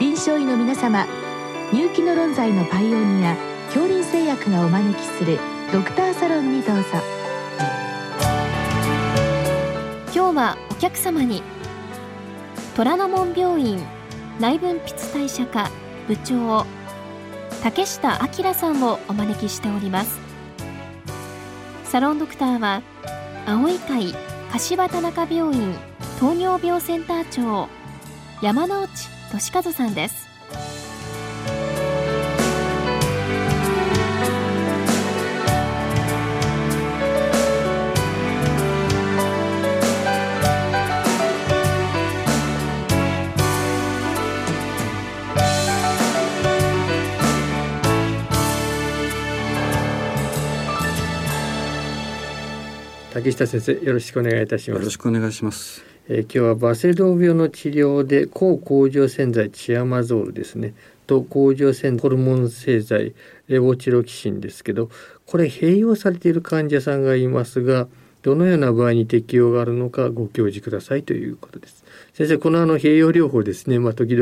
臨床医の皆様、入気の論剤のパイオニア恐林製薬がお招きするドクターサロンにどうぞ。 今日はお客様に虎ノ門病院内分泌代謝科部長竹下明さんをお招きしております。サロンドクターは青い会柏田中病院糖尿病センター長山内俊和さんです。 竹下先生、よろしくお願いいたします。 よろしくお願いします。 今日はバセドウ病の治療で抗甲状腺剤チアマゾールですねと甲状腺ホルモン製剤レボチロキシンですけど、これ併用されている患者さんがいますが、どのような場合に適用があるのかご教示くださいということです。先生、この併用療法ですね、時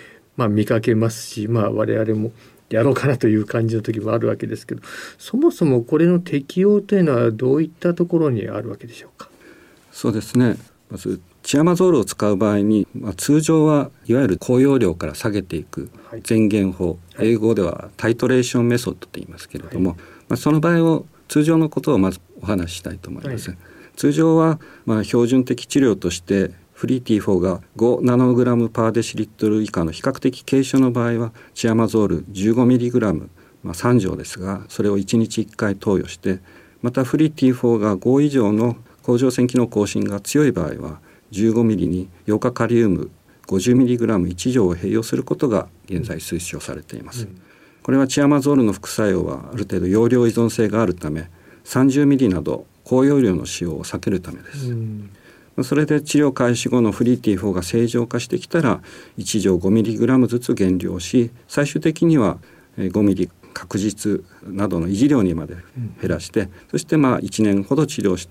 々見かけますし、我々もやろうかなという感じの時もあるわけですけど、そもそもこれの適用というのはどういったところにあるわけでしょうか。 そうですね、まずチアマゾールを使う場合に、通常はいわゆる高用量から下げていく前減法、英語ではタイトレーションメソッドと言いますけれども、その場合を通常のことをまずお話ししたいと思います。通常は標準的治療としてフリー T4 が5ナノグラムパーデシリットル以下の比較的軽症の場合はチアマゾール15ミリグラム、3錠ですが、それを1日1回投与して、またフリー T4 が5以上の甲状腺機能亢進が強い場合は15ミリにヨウ化カリウム50ミリグラム1錠を併用することが現在推奨されています。これはチアマゾールの副作用はある程度容量依存性があるため、30ミリなど高容量の使用を避けるためです。それで治療開始後のフリー T4 が正常化してきたら1錠5ミリグラムずつ減量し、最終的には5ミリ確実などの維持量にまで減らして、そして1年ほど治療して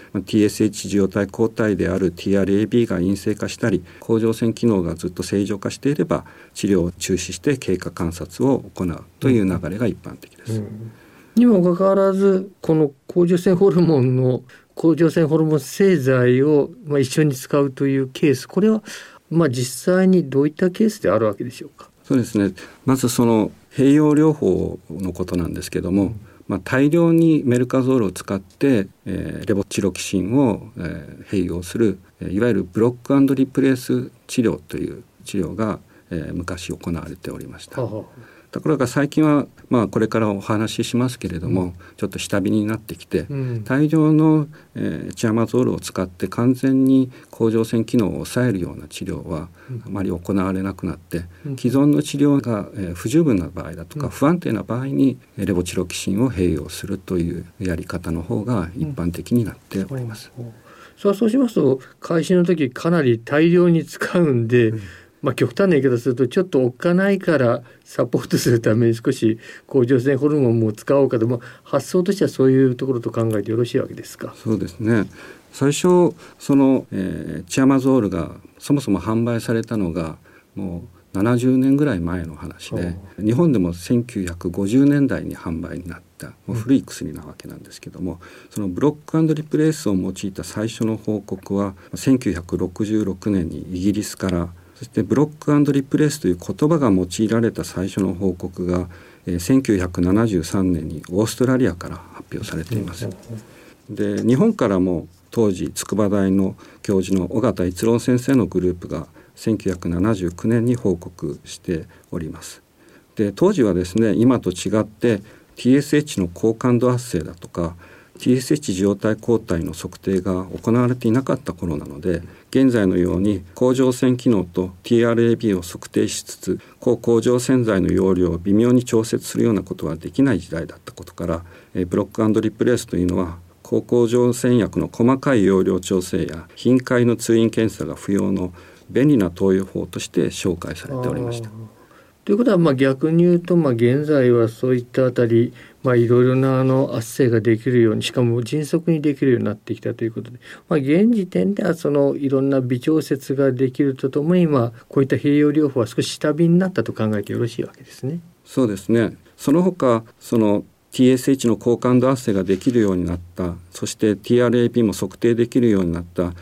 、TSH 受容体抗体である TRAB が陰性化したり甲状腺機能がずっと正常化していれば治療を中止して経過観察を行うという流れが一般的です。 にもかかわらず、この甲状腺ホルモン製剤を一緒に使うというケース、これは実際にどういったケースであるわけでしょうか。 そうですね、まずその併用療法のことなんですけども、大量にメルカゾールを使って、レボチロキシンを、併用する、いわゆるブロック&リプレース治療という治療が、昔行われておりました。ところが最近は、これからお話ししますけれども、ちょっと下火になってきて、大量の、チアマゾールを使って完全に甲状腺機能を抑えるような治療はあまり行われなくなって、既存の治療が、不十分な場合だとか、不安定な場合にレボチロキシンを併用するというやり方の方が一般的になっております。 そうしますと開始の時かなり大量に使うんで、極端な言い方するとちょっとおっかないからサポートするために少し甲状腺ホルモンも使おうかと、発想としてはそういうところと考えてよろしいわけですか。 そうですね、最初その、チアマゾールがそもそも販売されたのがもう70年ぐらい前の話で、日本でも1950年代に販売になったもう古い薬なわけなんですけども、そのブロック&リプレースを用いた最初の報告は1966年にイギリスから、そしてブロック&リプレースという言葉が用いられた最初の報告が、1973年にオーストラリアから発表されています。で、日本からも当時筑波大の教授の尾形一郎先生のグループが1979年に報告しております。で、当時はですね、今と違って TSH の高感度圧生だとか TSH 受容体抗体の測定が行われていなかった頃なので、現在のように甲状腺機能と TRAB を測定しつつ抗甲状腺剤の容量を微妙に調節するようなことはできない時代だったことから、ブロック&リプレースというのは抗甲状腺薬の細かい容量調整や頻回の通院検査が不要の便利な投与法として紹介されておりました。 ということは逆に言うと現在はそういったあたりいろいろな圧生ができるように、しかも迅速にできるようになってきたということで、現時点ではそのいろんな微調節ができるとともにこういった併用療法は少し下火になったと考えてよろしいわけですね。 そうですね。その他その TSH の高感度圧生ができるようになった、そして TRAB も測定できるようになった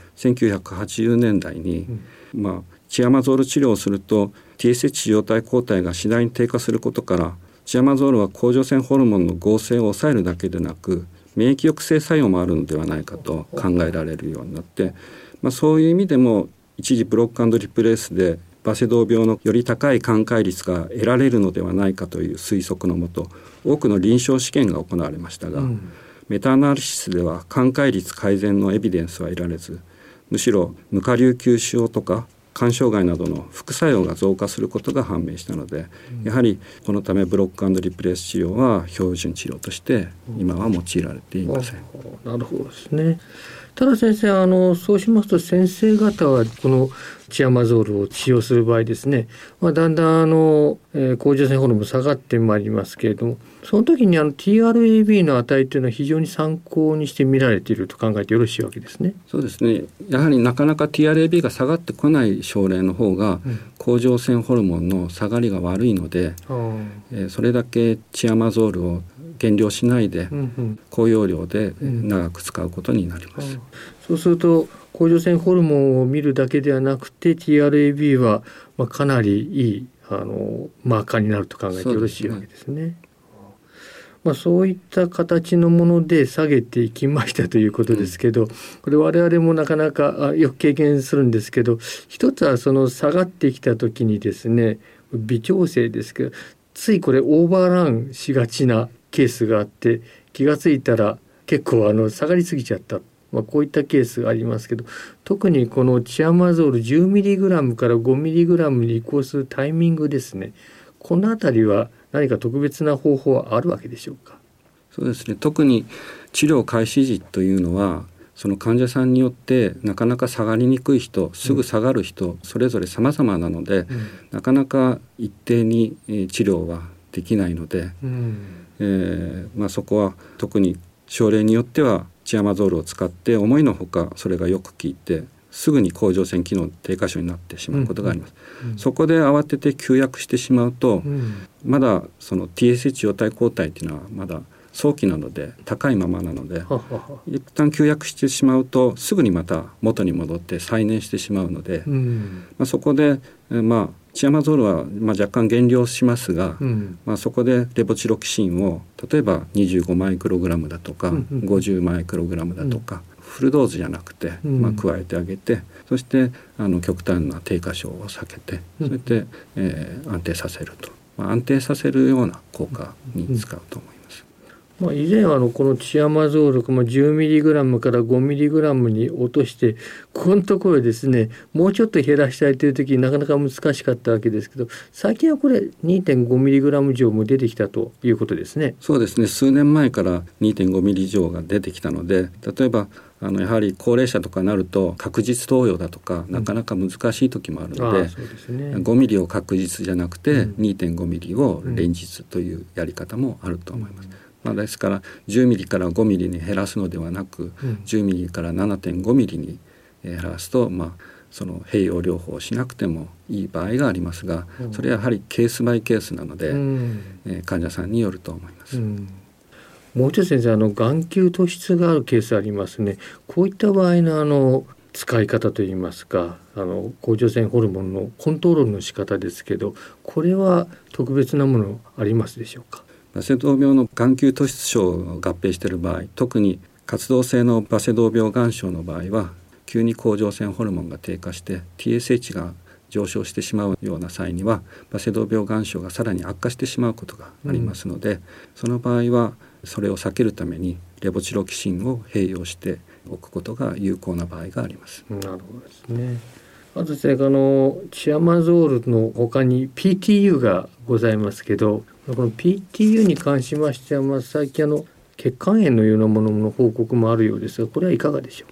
1980年代に、チアマゾール治療をすると TSH 受容体抗体が次第に低下することから、チアマゾールは甲状腺ホルモンの合成を抑えるだけでなく免疫抑制作用もあるのではないかと考えられるようになって、そういう意味でも一時ブロック&リプレイスでバセドウ病のより高い寛解率が得られるのではないかという推測のもと、多くの臨床試験が行われましたが、メタアナリシスでは寛解率改善のエビデンスは得られず、むしろ無下流吸収とか肝障害などの副作用が増加することが判明したので、やはりこのためブロック&リプレイス治療は標準治療として今は用いられていません。 なるほどですね。ただ先生、そうしますと先生方はこのチアマゾールを使用する場合ですね、だんだん甲状腺ホルモン下がってまいりますけれども、その時にTRAB の値というのは非常に参考にして見られていると考えてよろしいわけですね。 そうですね。やはりなかなか TRAB が下がってこない症例の方が、甲状腺ホルモンの下がりが悪いので、それだけチアマゾールを減量しないで、高用量で長く使うことになります。 そうすると甲状腺ホルモンを見るだけではなくて TRAB はかなりいいマーカーになると考えてよろしいわけですね。そういった形のもので下げていきましたということですけど、これ我々もなかなかよく経験するんですけど、一つはその下がってきた時にですね、微調整ですけど、ついこれオーバーランしがちなケースがあって、気がついたら結構下がりすぎちゃった、こういったケースがありますけど、特にこのチアマゾール 10mg から 5mg に移行するタイミングですね、このあたりは何か特別な方法はあるわけでしょうか。 そうですね。特に治療開始時というのは、その患者さんによってなかなか下がりにくい人、すぐ下がる人、それぞれ様々なので、なかなか一定に治療はできないので、そこは特に症例によってはチアマゾールを使って思いのほかそれがよく効いて、すぐに甲状腺機能低下症になってしまうことがあります。そこで慌てて休薬してしまうと、まだその TSH 受容体抗体っていうのはまだ早期なので高いままなので、一旦休薬してしまうとすぐにまた元に戻って再燃してしまうので、そこでチアマゾールは若干減量しますが、そこでレボチロキシンを例えば25マイクログラムだとか、50マイクログラムだとか、フルドーズじゃなくて、加えてあげて、そして極端な低下症を避けて、そして、安定させると、安定させるような効果に使うと思います。 以前はこのチアマゾール10mg から 5mg に落として、ここのところですね、もうちょっと減らしたいという時になかなか難しかったわけですけど、最近はこれ 2.5mg 以上も出てきたということですね。 そうですね。数年前から 2.5mg 以上が出てきたので、例えばやはり高齢者とかになると確実投与だとかなかなか難しい時もあるので、5ミリを確実じゃなくて 2.5 ミリを連日というやり方もあると思います。ですから10ミリから5ミリに減らすのではなく、10ミリから 7.5 ミリに減らすと、その併用療法をしなくてもいい場合がありますが、それはやはりケースバイケースなので、患者さんによると思います。 もう一つ先生、眼球突出があるケースありますね。こういった場合の使い方といいますか、甲状腺ホルモンのコントロールの仕方ですけど、これは特別なものありますでしょうか。 バセドウ病の眼球突出症を合併している場合、特に活動性のバセドウ病眼症の場合は、急に甲状腺ホルモンが低下して TSH が上昇してしまうような際には、バセドウ病眼症がさらに悪化してしまうことがありますので、その場合はそれを避けるためにレボチロキシンを併用しておくことが有効な場合があります。 なるほどですね。あとですね、チアマゾールの他に PTU がございますけど、この PTU に関しましては、最近血管炎のようなものの報告もあるようですが、これはいかがでしょうか。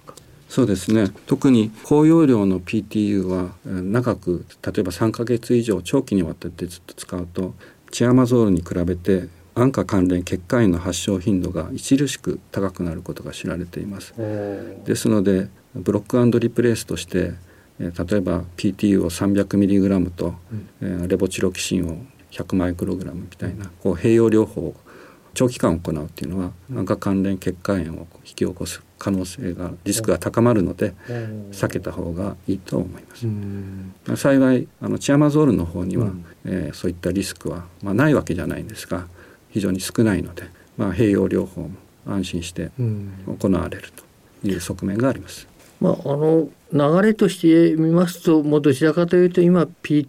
そうですね。特に高容量の PTU は長く、例えば3ヶ月以上長期にわたってずっと使うと、チアマゾールに比べて安価関連血管炎の発症頻度が著しく高くなることが知られています。ですのでブロック&リプレイスとして例えば PTU を 300mg と、レボチロキシンを100マイクログラムみたいな併用療法を長期間行うっていうのは、安価関連血管炎を引き起こす可能性がリスクが高まるので避けた方がいいと思います。幸いチアマゾールの方には、そういったリスクは、ないわけじゃないんですが非常に少ないので、併用療法も安心して行われるという側面があります。 流れとして見ますと、もうどちらかというと今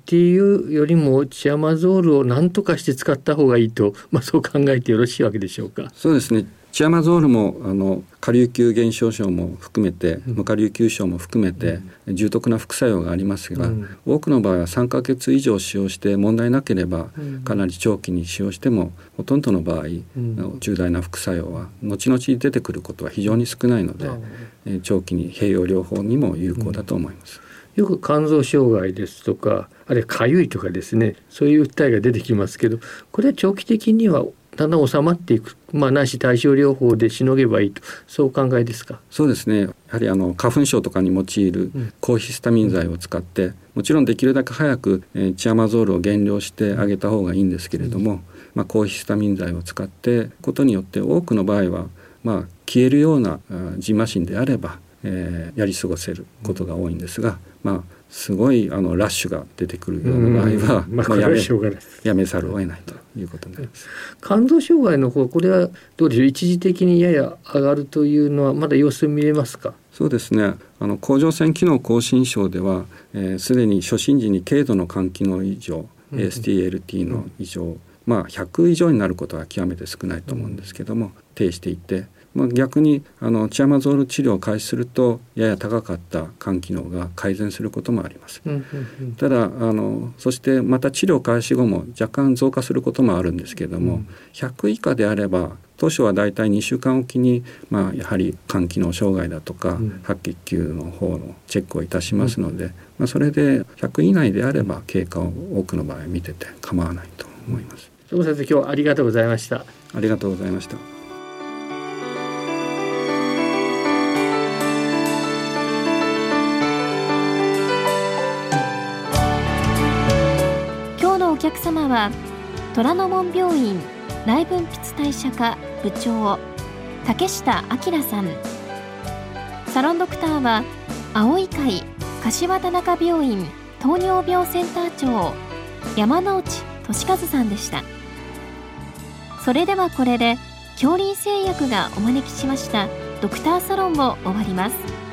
PTU よりもチアマゾールを何とかして使った方がいいと、そう考えてよろしいわけでしょうか。 そうですね。チアマゾールも下流球減少症も含めて無下流球症も含めて重篤な副作用がありますが、多くの場合は3ヶ月以上使用して問題なければかなり長期に使用しても、ほとんどの場合重大な副作用は後々出てくることは非常に少ないので、長期に併用療法にも有効だと思います。 よく肝臓障害ですとか、あるいはかゆいとかですね、そういう訴えが出てきますけど、これは長期的にはだんだん収まっていく、ないし対症療法でしのげばいいと、そうお考えですか。 そうですね。やはり花粉症とかに用いる抗ヒスタミン剤を使って、もちろんできるだけ早くチアマゾールを減量してあげた方がいいんですけれども、抗ヒスタミン剤を使ってことによって多くの場合は、消えるようなジンマシンであれば、やり過ごせることが多いんですが、すごいラッシュが出てくるような場合は、やめざるを得ないということになります。 肝臓障害の方、これはどうでしょう。一時的にやや上がるというのはまだ様子見れますか。 そうですね。甲状腺機能亢進症ではすでに初診時に軽度の肝機能異常、AST/ALT の異常、100以上になることは極めて少ないと思うんですけども、呈していて、逆にチアマゾール治療を開始するとやや高かった肝機能が改善することもあります。ただそしてまた治療開始後も若干増加することもあるんですけれども、100以下であれば当初はだいたい2週間おきに、やはり肝機能障害だとか、白血球の方のチェックをいたしますので、それで100以内であれば経過を多くの場合見てて構わないと思います。 先生、今日はありがとうございました。 ありがとうございました。 お客様は虎ノ門病院内分泌代謝科部長竹下明さん。サロンドクターは青い会柏田中病院糖尿病センター長山内俊和さんでした。それではこれで恐林製薬がお招きしましたドクターサロンを終わります。